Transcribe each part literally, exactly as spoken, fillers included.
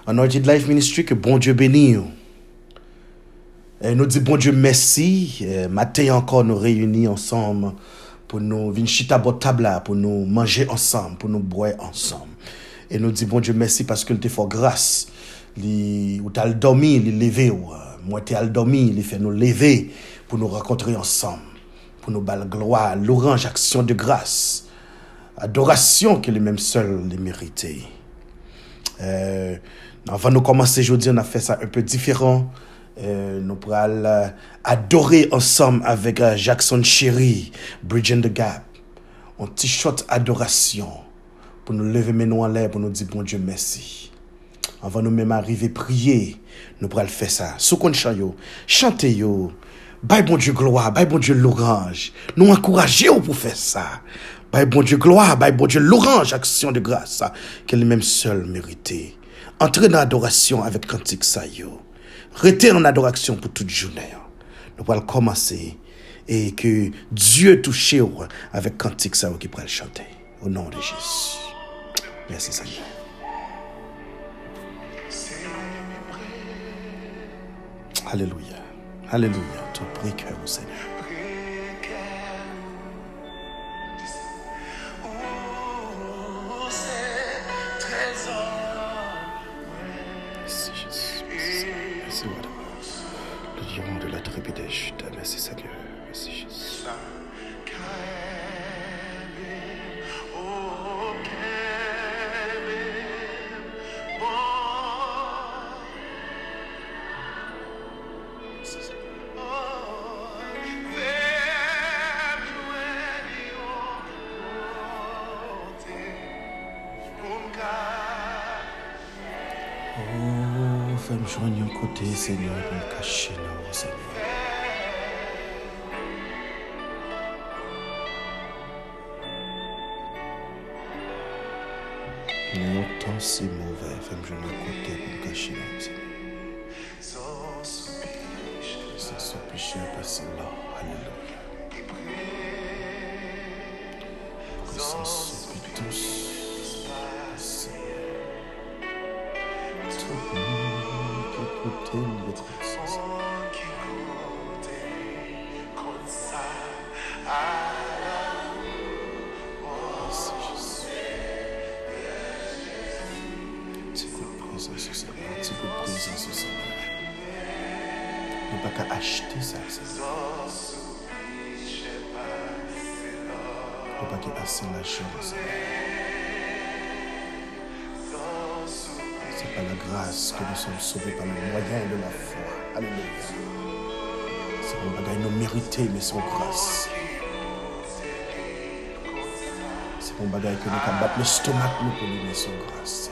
Anointed Life Ministry, que bon Dieu bénisse. Et nous disons bon Dieu merci. Et matin encore nous réunis ensemble pour nous venir chita à table pour nous manger ensemble, pour nous boire ensemble. Et nous disons bon Dieu merci parce que te fait grâce. Li ou t'as dormi, li lever ou moi t'as dormi, il fait nous lever pour nous rencontrer ensemble, pour nous bal gloire, l'orange action de grâce, adoration que les mêmes seuls les mériter. Euh, avant de commencer aujourd'hui, on a fait ça un peu différent. Euh, nous pourrons euh, adorer ensemble avec euh, Jackson Chéri, Bridging the Gap. Un petit shot adoration pour nous lever mes noix en l'air, pour nous dire bon Dieu merci. Avant nous même arriver prier, nous pourrons faire ça. Sous qu'on chante yo, chantez yo, bye bon Dieu gloire, bye bon Dieu l'orange. Nous encourager pour faire ça. Bye bon Dieu gloire, bye bon Dieu l'orange, action de grâce, que les mêmes seuls mérités. Entrez dans l'adoration avec cantique ça yo. Restez en adoration pour toute journée. Nous allons commencer et que Dieu touche avec cantique ça qui pourra le chanter. Au nom de Jésus. Merci Seigneur. Alléluia. Alléluia. Ton prie cœur au Seigneur. Merci Jésus. Merci Voilà. Le lion de la tribu des Judas. Merci Seigneur. Merci Jésus. Oh, fais-moi joindre un côté, Seigneur, pour me cacher là, Seigneur. Longtemps c'est mauvais, fais-moi joindre un côté pour me cacher là, Seigneur. Sans son péché passé là, alléluia. Présence de tous. Ne pas qu'à acheter ça, ne pas qu'à assez la chose. C'est par la grâce que nous sommes sauvés par le moyen de la foi. Alléluia. C'est pas un bagage nous mérité, mais c'est une grâce. C'est pas un bagage que nous avons battu le stomac nous pour nous, mais c'est une grâce.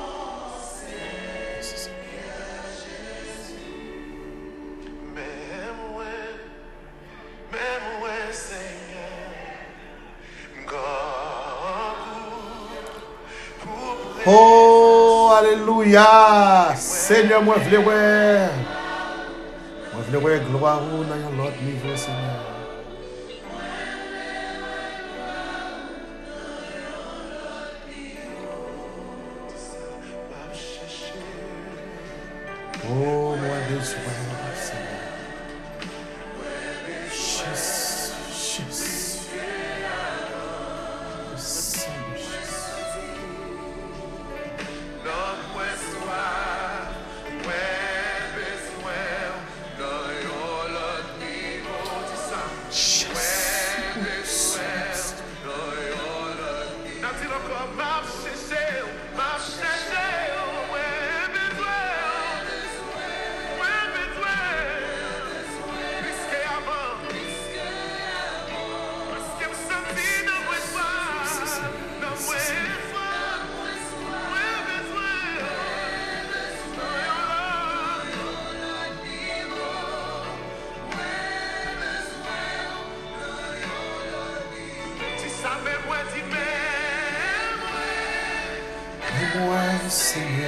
Oh, alléluia. Seigneur, moi, je veux voir. Moi, je veux voir gloire dans l'autre niveau, Seigneur. Oh, moi, je besoin, Seigneur. Jésus, Jésus. Seigneur.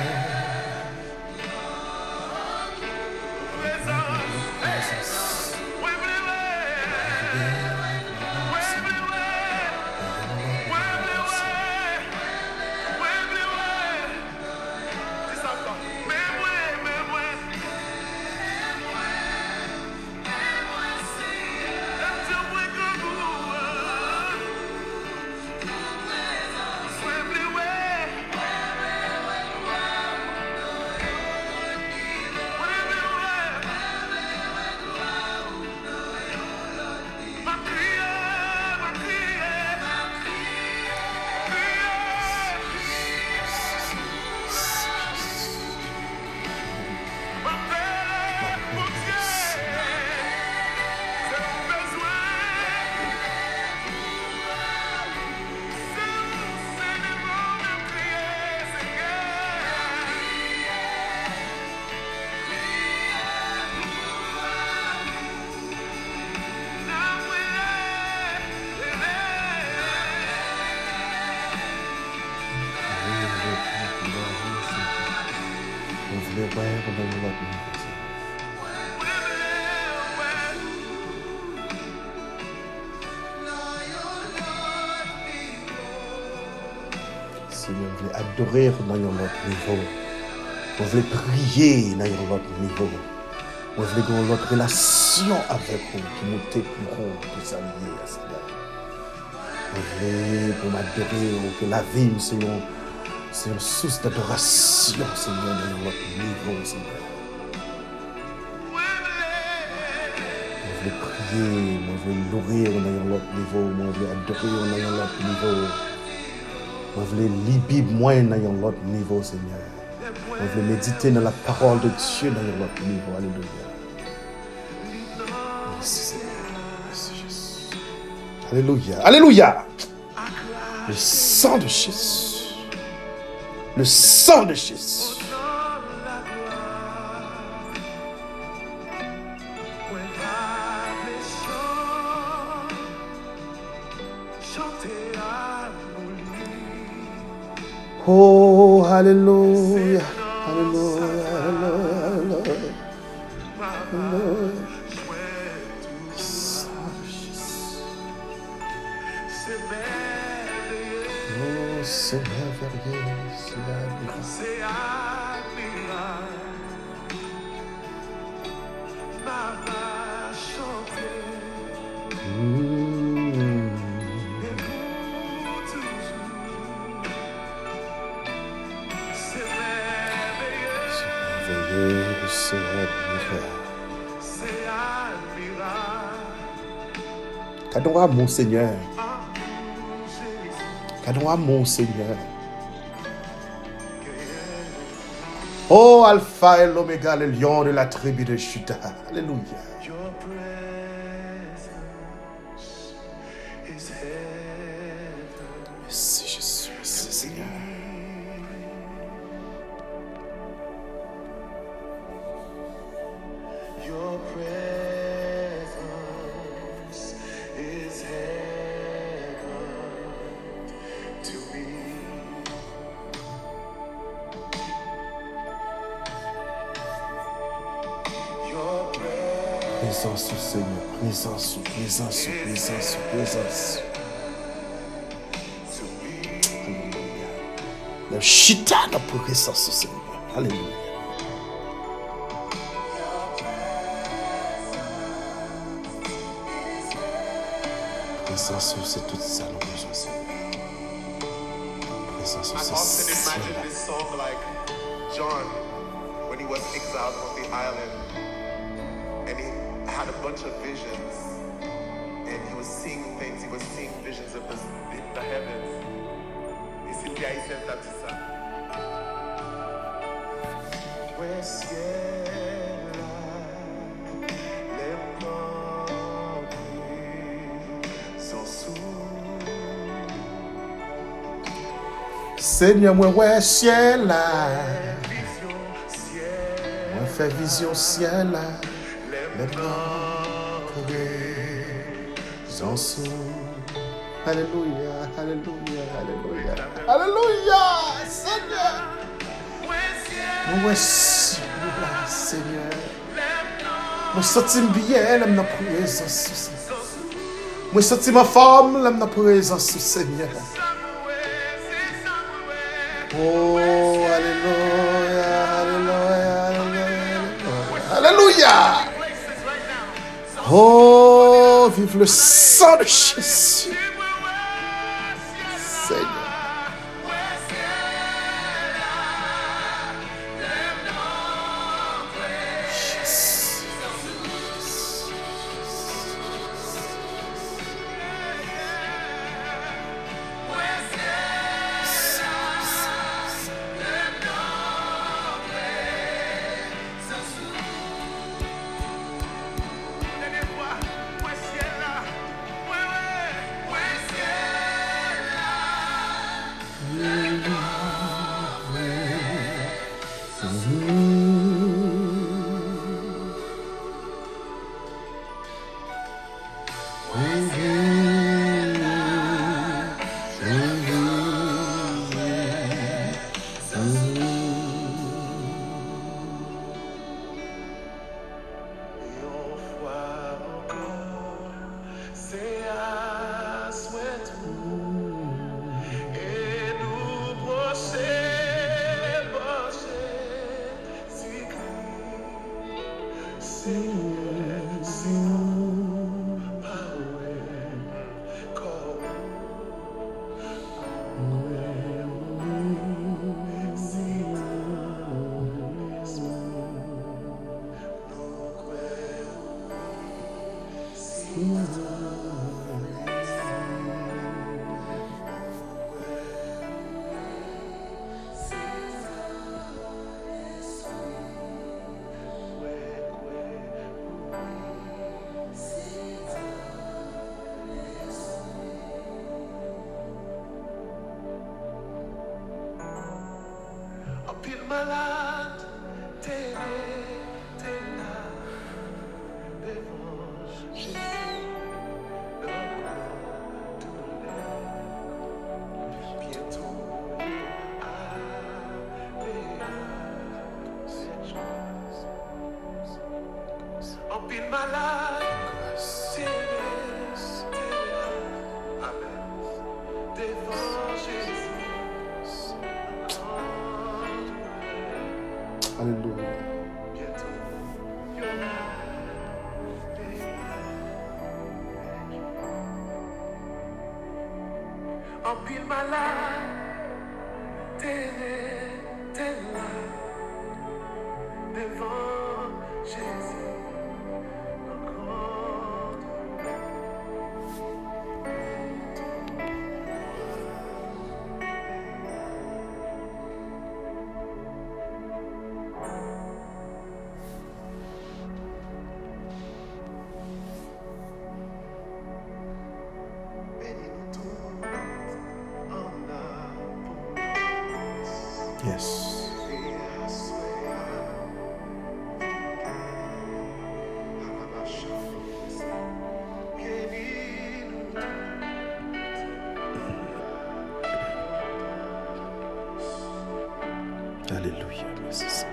voulons voir dans un autre niveau. Seigneur, je veux adorer dans un autre niveau. Je veux prier dans un autre niveau. Je veux avoir une autre relation avec vous qui nous t'écourons, qui s'allie à Seigneur. Je veux pour m'adorer, que la vie soit une source d'adoration, Seigneur, dans un autre niveau, Seigneur. Je veux prier, je veux louer dans un autre niveau, je veux adorer dans un autre niveau. Je veux lire la Bible dans un autre niveau, Seigneur. Je veux méditer dans la parole de Dieu dans un autre niveau. Alléluia. Merci, Seigneur. Merci, Jésus. Alléluia. Alléluia. Le sang de Jésus. Le sang de Jésus. Oh, alléluia, alléluia, alléluia, alléluia. Oh, c'est merveilleux, c'est Cadeau à mon Seigneur. Cadeau à mon Seigneur. Oh, Alpha et l'Oméga, le lion de la tribu de Juda. Alléluia. Merci Jésus, merci Seigneur. Your presence is heaven to me. Your Présence au Seigneur, présence, présence, présence, présence. Alléluia. Le chita de présence au Seigneur. Alléluia. Présence, c'est tout ça, nous besoin, Seigneur. Présence, I c'est often imagine ça. this song like John when he was exiled on the island and he had a bunch of visions and he was seeing things, he was seeing visions of the, the heavens. Et Sylvia, he says that to ça. Where ciel les pompiers sont sous. Seigneur, moi, ouais, ciel là. Moi, fais vision ciel là. Les blancs, en sous. Alléluia, alléluia, alléluia. Alléluia, Seigneur. Moi, ouais, ciel là, Seigneur. Moi, senti bien, là, ma présence. Moi, senti ma femme, là, ma présence, Seigneur. Oh, alléluia, alléluia, alléluia, alléluia. Oh, vive le sang de Jésus. Seigneur. malade, t'es t'es là, devant Jésus, le roi de l'air. Bientôt, Alléluia. En pile malade, t'es t'es là, amen, devant Jésus. Alléluia. En pile malade, t'es t'es là, devant Jésus, le grand. Yes. Alléluia, merci Seigneur.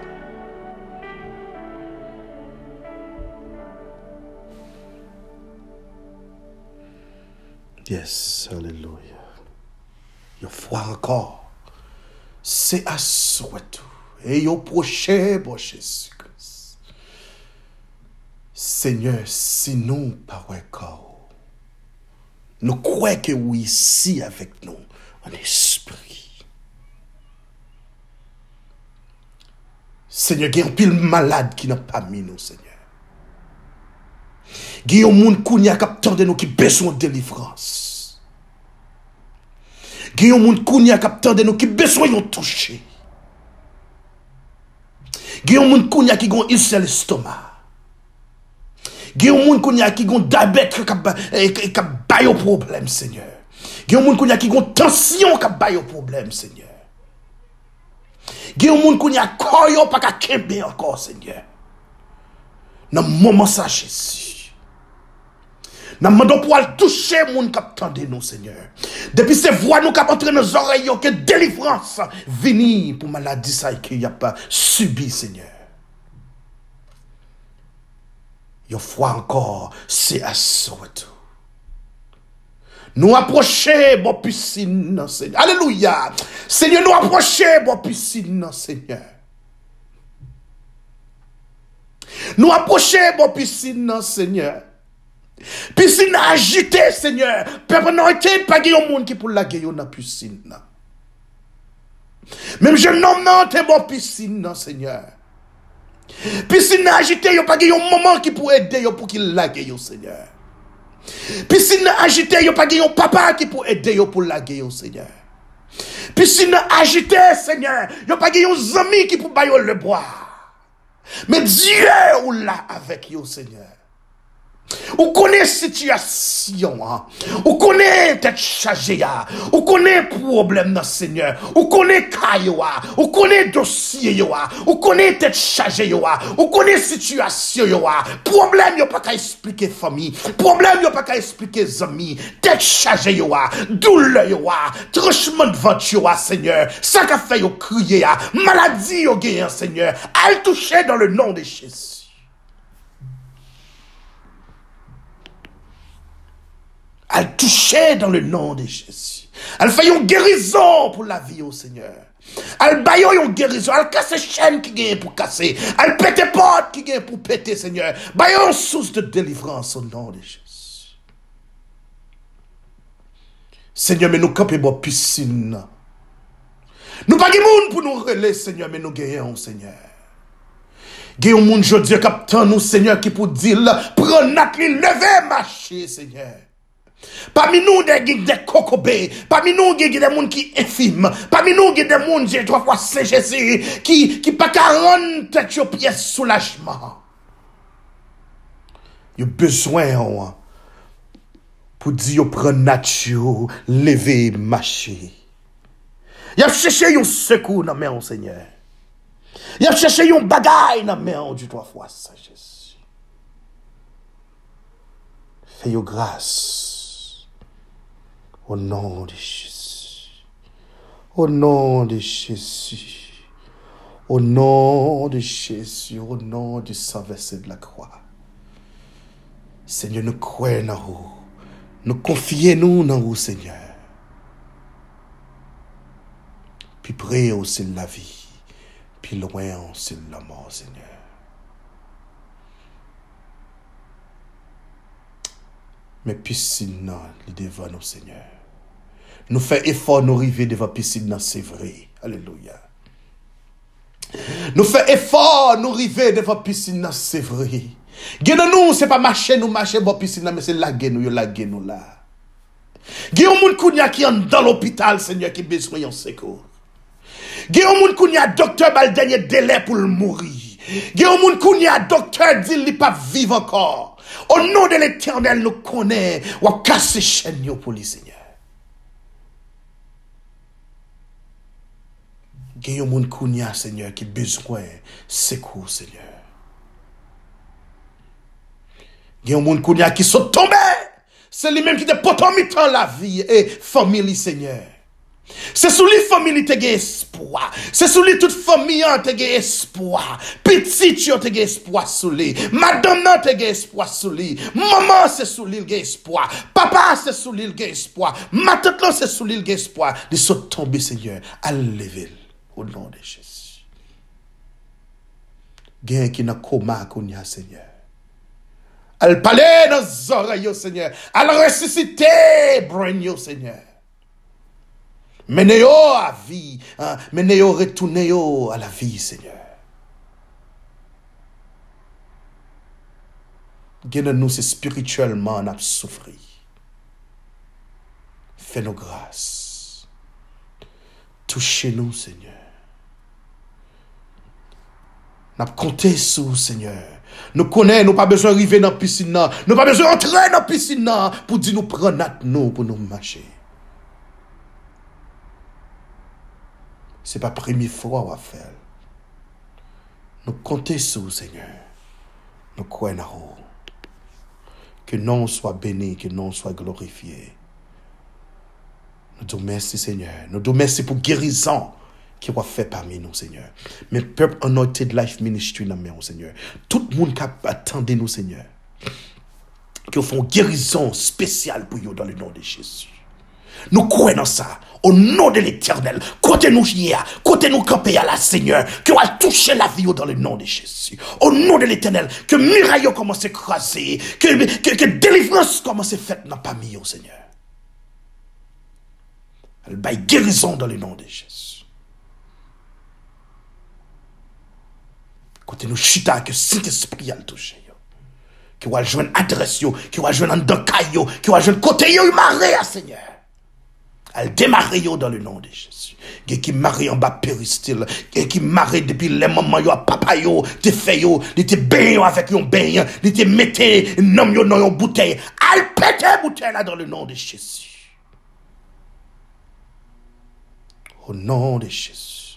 Yes, alléluia. Il faut encore. C'est à souhait tout. Et yo prochain, bon Jésus-Christ. Seigneur, si nous pas corps, nous croyons que oui, ici avec nous, en esprit. Seigneur, il y a un pile malade qui n'a pas mis nous, Seigneur. Il y a un monde qui a capté nous qui besoin de délivrance. Il y a un monde qui a capté nous qui besoin de toucher. Il y a un monde qui a qui a ulcère l'estomac. Il y a un monde qui a qui a diabète qui a bail au problème, Seigneur. Il y a un monde qui a qui a tension qui a bail au problème, Seigneur. Il y a un monde qui a corps pas qu'à encore, Seigneur. Dans le moment ça, Jésus. Nous demandons pour aller toucher les gens qui attendent nous, Seigneur. Depuis ces voix nous qui entrent dans nos oreilles, que délivrance vienne pour maladie ça qu'il n'y a pas subi, Seigneur. Une fois encore, c'est à souhait. Nous approcher bon piscine, Seigneur. Alléluia. Seigneur, nous approcher bon piscine, Seigneur. Nous approcher bon piscine, Seigneur. Piscine agitée, Seigneur. Peuple n'a pas de monde qui pour la gueule dans la piscine. Même je nomme non, t'es bon piscine, Seigneur. Piscine agitée, il n'y a pas de moment qui pour aider pour qu'il la gueule, Seigneur. Piscine agitée, il n'y a pas de papa qui pour aider pour la gueule, Seigneur. Piscine agitée, Seigneur. Il n'y a pas de amis qui pour bailler le bois. Mais Dieu ou là avec vous, Seigneur. Ou connaît situation, hein? Ou connaît tête chargée, ou connaît problème dans Seigneur, ou connaît caillou, ou connaît dossier, ou connaît tête chargée, ou connaît situation, problème yo pas qu'à expliquer famille, problème yo pas qu'à expliquer amis, tête chargée, douleur, tranchement de ventre, Seigneur, ça qu'a fait yo crier, maladie yo gagne, Seigneur, elle toucher dans le nom de Jésus. Elle touchait dans le nom de Jésus. Elle fait une guérison pour la vie au Seigneur. Al bayo yon guérison, al casse chaîne qui gagne pour casser, al péter porte qui gagne pour péter, Seigneur. Bayo une source de délivrance au nom de Jésus. Seigneur, mais nous campons dans piscine. Nous pas de monde pour nous relayer, Seigneur, mais nous gagnons, Seigneur. Gagnons monde jodi captant nous, Seigneur, qui pour dire, prends notre lever, marcher, Seigneur. Parmi nous, des des cocobés, parmi nous, des gens qui infiment, parmi nous, des gens qui trois fois Saint Jésus, qui, qui pas quarante tête aux pieds soulagement. Il y a besoin, pour dire, prendre nature, lever, marcher. Il a cherché un secours dans main, Seigneur. Il a cherché un bagaille dans main du trois fois Saint Jésus. Fais-yo grâce. Au nom de Jésus. Au nom de Jésus. Au nom de Jésus. Au nom du sang versé de la croix. Seigneur, nous croyons en vous. Nous confions dans vous, Seigneur. Puis près aussi la vie. Puis loin aussi la mort, Seigneur. Mais piscine, il devant nous, Seigneur. Nous faisons effort, nous arriver devant piscine, c'est vrai. Alléluia. Nous faisons effort, nous arriver devant piscine, c'est vrai. Gêne nous, c'est pas marcher, nous marcher dans piscine, mais c'est laguer nous, laguer nous là. Gêne moun kounya qui est dans l'hôpital, Seigneur, qui besoin de secours. Gêne moun kounya docteur bal dernier délai pour le mourir. Gêne moun kounya docteur dit il pas vivre encore. Au nom de l'Éternel, nous connaissons, ou à casser chaîne pour les Seigneur. Il y a un monde kounya, Seigneur, qui a besoin de secours, Seigneur. Il y a un monde kounya qui sont tombés. C'est lui-même qui te porte en mi-temps la vie et famille, Seigneur. C'est sous les familles qui ont espoir. C'est sous les toutes familles qui ont espoir. Petit qui ont espoir sous les. Madame qui ont espoir sous les. Maman c'est sous l'île qui ont espoir. Papa c'est sous l'île qui ont espoir. Ma tante c'est sous l'île qui ont espoir. Ils sont tombés, Seigneur. À lever au nom de Jésus. Gain qui n'a coma qu'on y a, Seigneur. Elle parler dans les oreilles, Seigneur. Elle ressusciter, brain, Seigneur. Menez-yo à vie, hein? Menez-yo, retournez-yo à la vie, Seigneur. Gagne-nous, c'est spirituellement, on a souffert. Fais-nous grâce. Touchez-nous, Seigneur. Nous avons compté sur Seigneur. Nous connaissons, nous pas besoin d'arriver dans la piscine. Nous n'avons pas besoin d'entrer dans la piscine pour dire nous prendre notre nous pour nous marcher. Ce n'est pas la première fois qu'on va faire. Nous comptons sur Seigneur. Nous croyons en vous. Que nom soit béni, que nom soit glorifié. Nous disons merci, Seigneur. Nous disons merci pour guérison qui va faire parmi nous, Seigneur. Mais peuple Anointed Life Ministry, nous, Seigneur. Tout le monde qui attend nous, Seigneur. Qui font guérison spéciale pour vous dans le nom de Jésus. Nous croyons dans ça. Au nom de l'Éternel. Côté nous hier. Côté nous camper à la Seigneur. Que va toucher la vie dans le nom de Jésus. Au nom de l'Éternel. Que miraille commence à écraser. Que, que, que délivrance commence à faire dans parmi nous, Seigneur. Elle baille guérison dans le nom de Jésus. Côté nous chita que Saint-Esprit a touché. Qui va joindre adresse, qui va joindre dans caillou, qui va joindre côté yo maré à Seigneur. Elle démarre dans le nom de Jésus. Qui qui marie en bas péristyle, qui marie depuis les moments yo papa yo, te fait yo, il te bain avec un bain, il te mettait nom yo dans une bouteille. Elle pète bouteille là dans le nom de Jésus. Au nom de Jésus.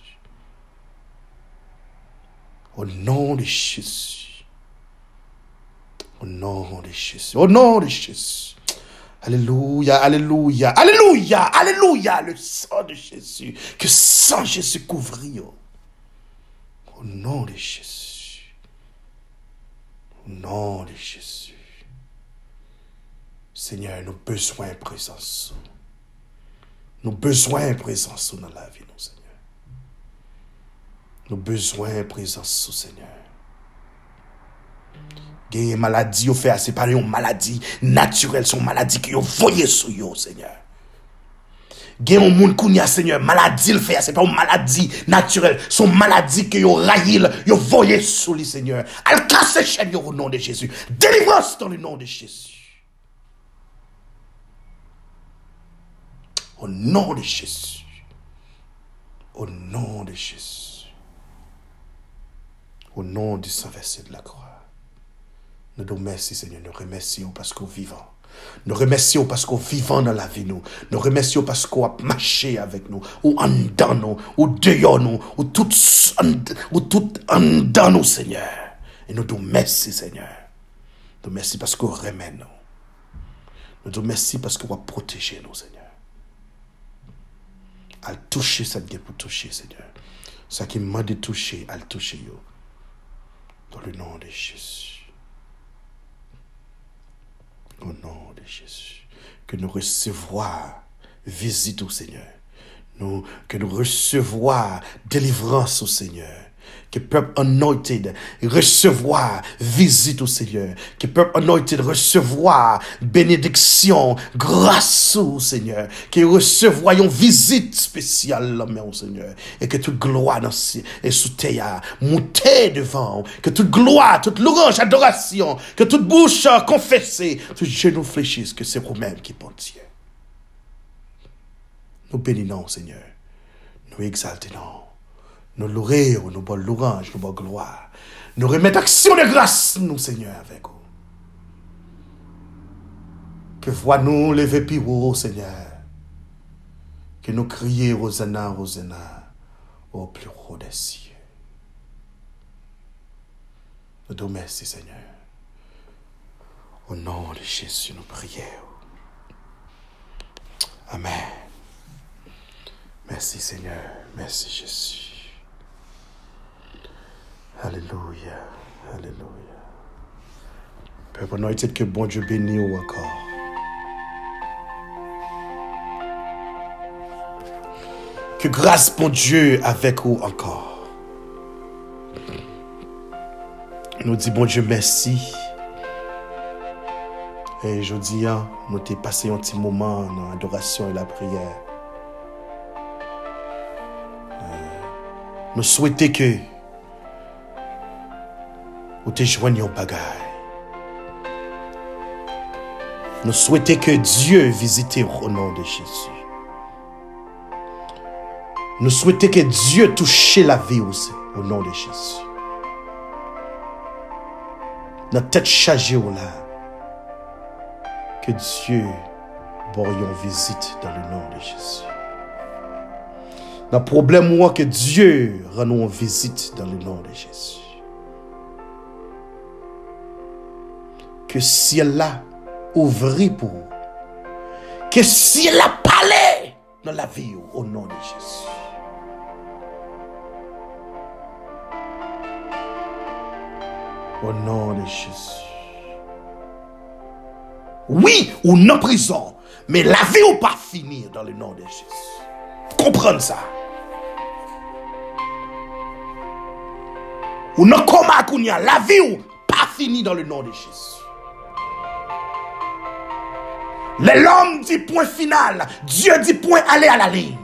Au nom de Jésus. Au nom de Jésus. Au nom de Jésus. Alléluia, alléluia, alléluia, alléluia. Le sang de Jésus. Que sang Jésus couvre. Au nom de Jésus. Au nom de Jésus. Seigneur, nous avons besoin de présence. Nous avons besoin de présence dans la vie, nous, Seigneur. Nous avons besoin de présence, Seigneur. Il y a une maladie, c'est pas une maladie naturelle, c'est une maladie que vous voyez sur vous, Seigneur. Il y a un monde qui a, Seigneur, maladie le fait, c'est pas une maladie naturelle, c'est une maladie que vous raillez, vous voyez sur lui, Seigneur. Elle casse les chaînes au nom de Jésus. Délivrance dans le nom de Jésus. Au nom de Jésus. Au nom de Jésus. Au nom du Saint-Versé de la croix. Nous nous remercions, Seigneur. Nous remercions parce qu'on est vivant. Nous remercions parce qu'on est vivant dans la vie, nous. Nous remercions parce qu'on a marché avec nous. Ou en dedans nous. Ou dehors nous. Ou tout en, ou tout en dedans nous, Seigneur. Et nous nous remercions, Seigneur. Nous remercions parce qu'on remet nous. Nous nous remercions parce qu'on va protéger nous, Seigneur. À toucher cette gueule pour toucher, Seigneur. Ça qui m'a de toucher, à le toucher, yo. Dans le nom de Jésus. Au nom de Jésus. Que nous recevoir visite au Seigneur. Nous, que nous recevoir délivrance au Seigneur. Que peuple anointed recevoir visite au Seigneur. Que peuple anointed recevoir bénédiction, grâce au Seigneur. Que recevoir une visite spéciale au Seigneur. Et que toute gloire dans et sous terre monter devant. Que toute gloire, toute louange, adoration, que toute bouche confessée, tout genou fléchisse, que c'est vous-même qui pensez. Nous bénissons, Seigneur. Nous exaltons. Nous louons, nous bon louange, nous bon gloire. Nous remettons action de grâce, nous, Seigneur, avec vous. Que vois-nous lever plus haut, Seigneur. Que nous crions, Hosanna, Hosanna, au plus haut des cieux. Nous te remercions, Seigneur. Au nom de Jésus, nous prions. Amen. Merci, Seigneur. Merci, Jésus. Alléluia, alléluia. Père, pendant que bon Dieu bénisse ou encore. Que grâce bon Dieu avec vous encore. Nous dit bon Dieu merci. Et je dis, nous t'ai passé un petit moment dans l'adoration et la prière. Nous souhaitons que ou te joignent au bagaille. Nous souhaitons que Dieu visite au nom de Jésus. Nous souhaitons que Dieu touche la vie aussi au nom de Jésus. Notre tête chargée là. Que Dieu boigne une visite dans le nom de Jésus. Le problème moi que Dieu rend une visite dans le nom de Jésus. Que ciel là ouvrit pour vous. Que ciel là parlé dans la vie au nom de Jésus. Au nom de Jésus. Oui, ou non prison, mais la vie ou pas finir dans le nom de Jésus. Comprenez ça. Ou non coma kounya, la vie ou pas finir dans le nom de Jésus. L'homme dit point final. Dieu dit point aller à la ligne.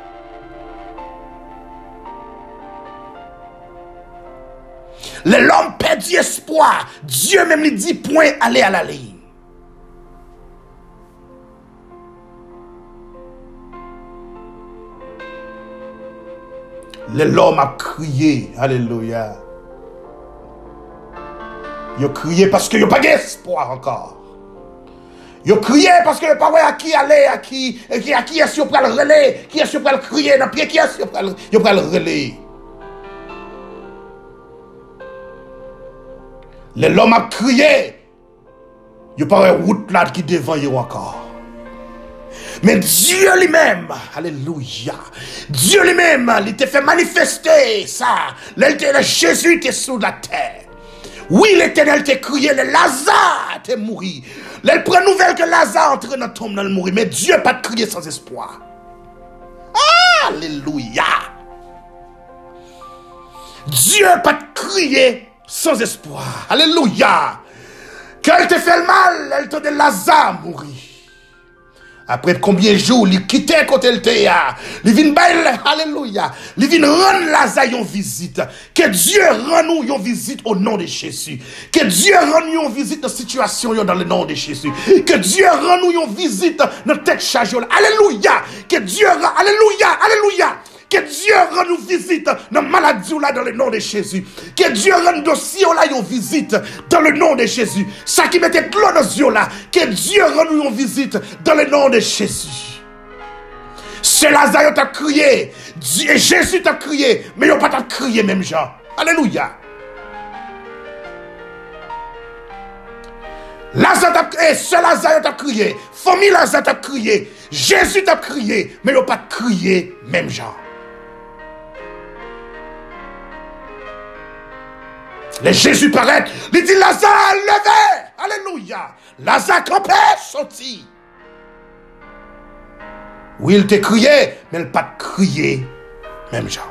L'homme perd espoir. Dieu même lui dit point aller à la ligne. L'homme a crié. Alléluia. Il a crié parce qu'il n'y a pas d'espoir encore. Yo crié parce que le pas à qui aller, à qui, à qui est-ce qu'on peut le relais, qui est-ce qu'on peut le crier dans pied, qui est-ce qu'on peut le relais. L'homme a crié, il n'y a pas une route là qui devant yo encore. Mais Dieu lui-même, alléluia, Dieu lui-même, il t'a fait manifester ça. Jésus était sous la terre. Oui, l'Éternel t'a crié, le Lazare t'a mouru. Elle prend nouvelle que Lazare entre dans la tombe dans le mourir. Mais Dieu n'a pas de crier sans espoir. Alléluia. Dieu pas te crier sans espoir. Alléluia. Quand elle te fait le mal, elle te donne Lazare mourir. Après combien de jours, il quittait côté le théâtre. Il vient bailler, alléluia. Il vient rendre Lazare une visite. Que Dieu rende nous une visite au nom de Jésus. Que Dieu rende nous une visite dans la situation dans le nom de Jésus. Que Dieu rende nous une visite dans la tête chargée. Alléluia. Que Dieu rende, alléluia, alléluia. Que Dieu rende nous visite dans la maladie là dans le nom de Jésus. Que Dieu rende dossier là une visite dans le nom de Jésus. Ça qui mettait de l'eau dans les yeux là. Que Dieu rende nous une visite dans le nom de Jésus. C'est Lazare t'a crié. Dieu, Jésus t'a crié. Mais il n'a pas t'a crié même Jean. Alléluia. Lazare t'a crié. C'est Lazare t'a crié. Famille Lazare t'a crié. Jésus t'a crié. Mais il n'a pas crié même Jean. Les Jésus paraît, il dit Lazare, levez, alléluia. Lazare campé, sorti. Oui, il t'a crié, mais il n'a pas crié, même genre.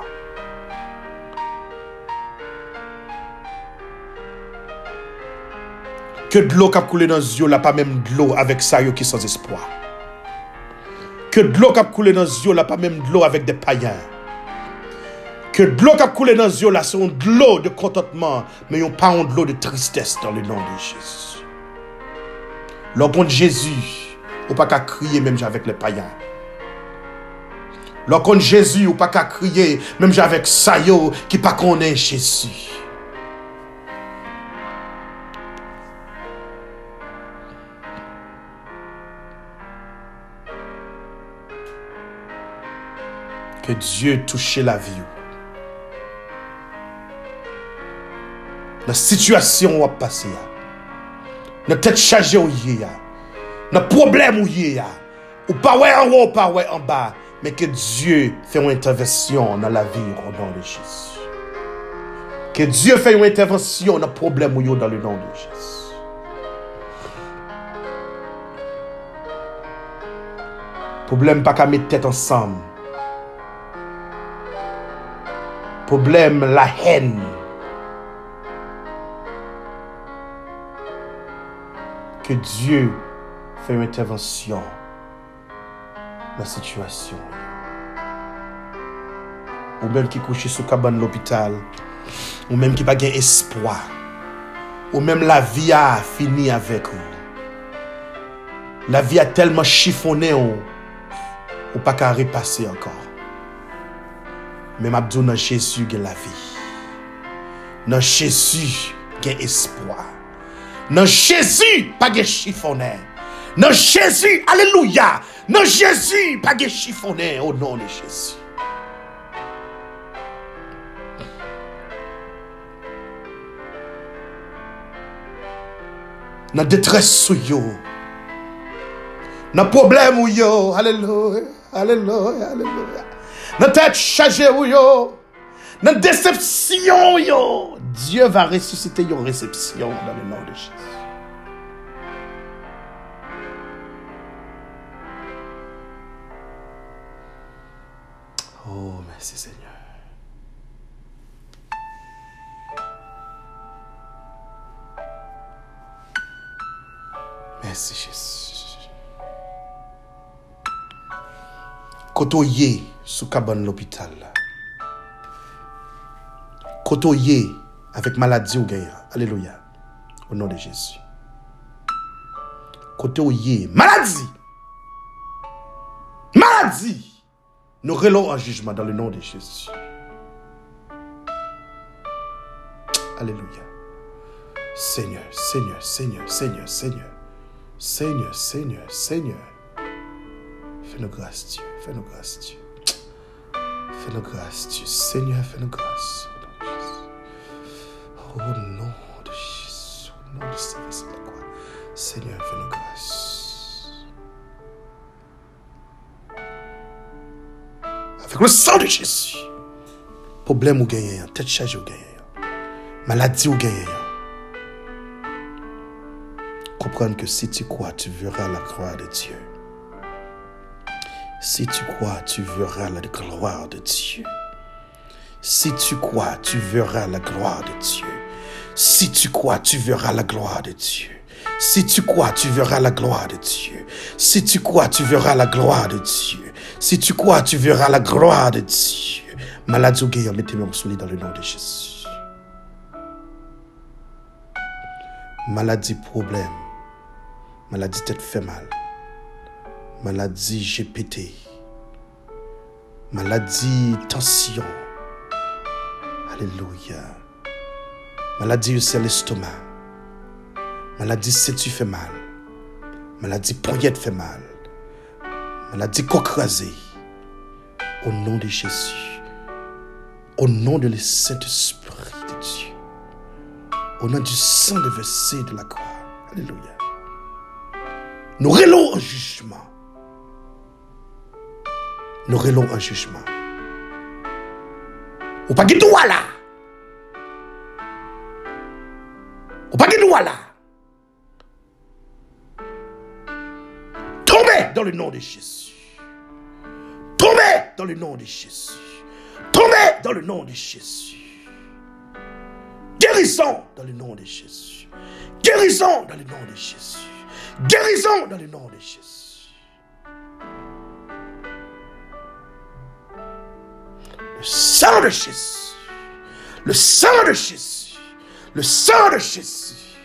Que de l'eau qui a coulé dans les yeux, là, pas même de l'eau avec ça qui est sans espoir. Que de l'eau qui a coulé dans les yeux, là, pas même de l'eau avec des païens. Que de l'eau qui a coulé dans les yeux, là, c'est de l'eau de contentement, mais non pas de l'eau de tristesse dans le nom de Jésus. Lorsqu'on Jésus, on ne peut pas crier même avec les païens. Lorsqu'on Jésus, on ne peut pas crier même avec ça qui ne pas connaît Jésus. Que Dieu touche la vie. La situation va passer. La tête chargée où y a. Le problème où y a. Ou pas ouais en haut, ou pas ouais en bas. Mais que Dieu fait une intervention dans la vie au nom de Jésus. Que Dieu fait une intervention dans le problème où y a dans le nom de Jésus. Problème pas qu'à mettre tête ensemble. Problème la haine. Que Dieu fait une intervention dans la situation. Ou même qui couche sous cabane de l'hôpital. Ou même qui n'a pas espoir. Ou même la vie a fini avec vous. La vie a tellement chiffonné ou, ou pas qu'à repasser encore. Mais m'abdou dans Jésus il y a la vie. Dans Jésus il y a espoir. Dans Jésus, pas de chiffonnet. Dans Jésus, alléluia. Dans Jésus, pas de chiffonnet au nom de Jésus. Dans détresse sous yo. Dans problème ou yo, alléluia, alléluia, alléluia. Dans tête chargée ou yo. Dans déception yo. Dieu va ressusciter une réception dans le nom de Jésus. Oh, merci Seigneur. Merci Jésus. Kotoye sous cabane l'hôpital. Kotoye avec maladie ou gagne. Alléluia. Au nom de Jésus. Kotoye maladie. Maladie. Nous relons en jugement dans le nom de Jésus. Alléluia. Seigneur, Seigneur, Seigneur, Seigneur, Seigneur. Seigneur, Seigneur, Seigneur. Fais-nous grâce, Dieu. Fais-nous grâce, Dieu. Fais-nous grâce, Dieu. Seigneur, fais-nous grâce. Au nom de Jésus. Au nom de service de la croix. Seigneur, fais-nous grâce. Avec le sang de Jésus. Problème ou gagné, tête chargée ou gagné. Maladie ou gagné. Comprendre que si tu crois, tu verras la gloire de Dieu. Si tu crois, tu verras la gloire de Dieu. Si tu crois, tu verras la gloire de Dieu. Si tu crois, tu verras la gloire de Dieu. Si tu crois, tu verras la gloire de Dieu. Si tu crois, tu verras la gloire de Dieu. Si tu crois, tu verras la gloire de Dieu. Maladie ou guérison, mettez-moi solide dans le nom de Jésus. Maladie, problème. Maladie, tête fait mal. Maladie, G P T. Maladie, tension. Alléluia. Maladie, c'est l'estomac. Maladie, si tu fais mal. Maladie, poignette fait mal. Maladie, coque rasée. Au nom de Jésus. Au nom de le Saint-Esprit de Dieu. Au nom du sang déversé de la croix. Alléluia. Nous relons en jugement. Nous relons en jugement. Ou pas de droit là. Ou pas de droit là. Tombez dans le nom de Jésus. Tombez dans le nom de Jésus. Tombez dans le nom de Jésus. Guérissons dans le nom de Jésus. Guérissons dans le nom de Jésus. Guérissons dans le nom de Jésus. Le sang de Jésus. Le sang de Jésus. Le sang de Jésus.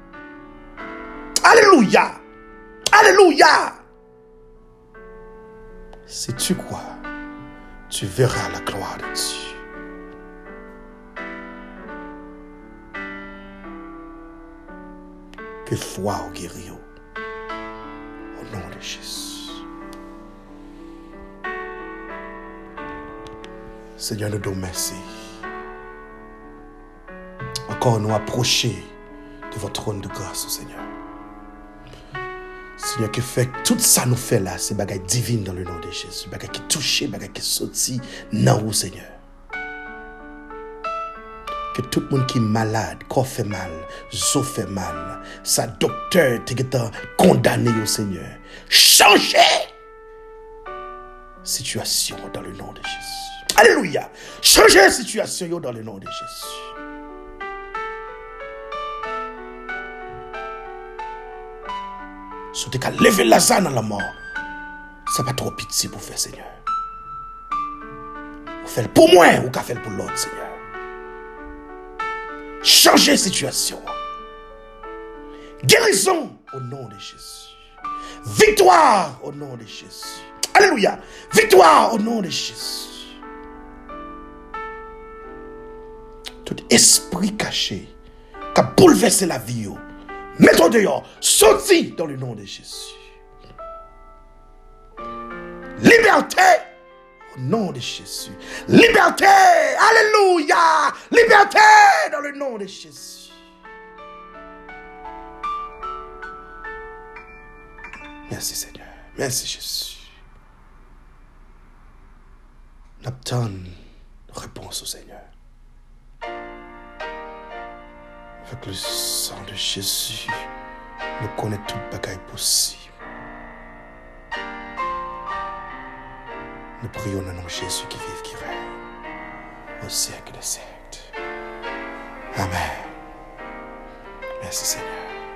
Alléluia. Alléluia. Si tu crois, tu verras la gloire de Dieu. Que foi au guéri au nom de Jésus. Seigneur, nous te remercions. Encore nous approcher de votre trône de grâce, oh Seigneur. Seigneur, que fait tout ça nous fait là, c'est bagaille divine dans le nom de Jésus. Bagaille qui touche, bagaille qui sorti dans vous, Seigneur. Que tout le monde qui est malade, corps fait mal, zo fait mal, sa docteur est condamné au Seigneur. Changez situation dans le nom de Jésus. Alléluia. Changez situation dans le nom de Jésus. Si tu as levé Lazare dans la mort, ça pas trop pitié pour faire, Seigneur. Vous faites pour moi ou qu'à faire pour l'autre, Seigneur. Changez situation. Guérison au nom de Jésus. Victoire au nom de Jésus. Alléluia. Victoire au nom de Jésus. Tout esprit caché qui a bouleversé la vie, mettons dehors, sorti dans le nom de Jésus. Liberté au nom de Jésus. Liberté, alléluia. Liberté dans le nom de Jésus. Merci Seigneur. Merci Jésus. N'attends réponse au Seigneur. Avec le sang de Jésus, nous connaissons toute bagaille possible. Nous prions dans le nom de Jésus qui vive, qui règne au siècle des siècles. Amen. Merci Seigneur.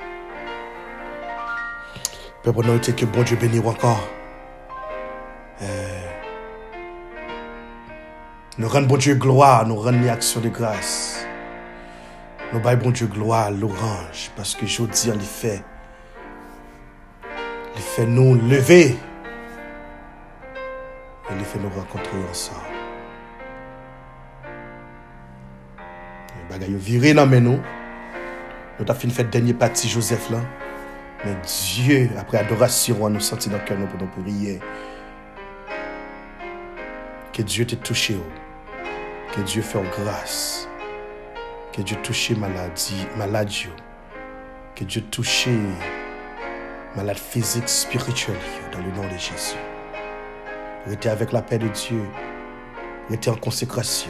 Peuple, nous que bon Dieu bénisse encore. Euh, nous rendons bon Dieu gloire, nous rendons l'action de grâce. Nous baillons bon Dieu gloire, l'orange, parce que je dis, il fait, il fait nous lever, et il fait nous rencontrer ensemble. Les bagailles virés dans nous. Nous avons fini fait dernier parti Joseph là. Mais Dieu, après adoration, nous sentit dans le cœur pour nous prier. Que Dieu t'ait touché. Que Dieu fasse grâce. Que Dieu touche maladie, maladie. Que Dieu touche malade physique, spirituelle dans le nom de Jésus. Restez avec la paix de Dieu. Restez en consécration.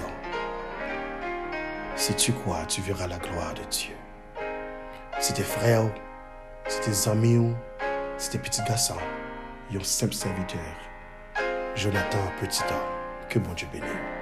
Si tu crois, tu verras la gloire de Dieu. Si tes frères, si tes amis, si tes petits garçons, ils ont simple serviteur. Jonathan, petit homme, que bon Dieu bénisse.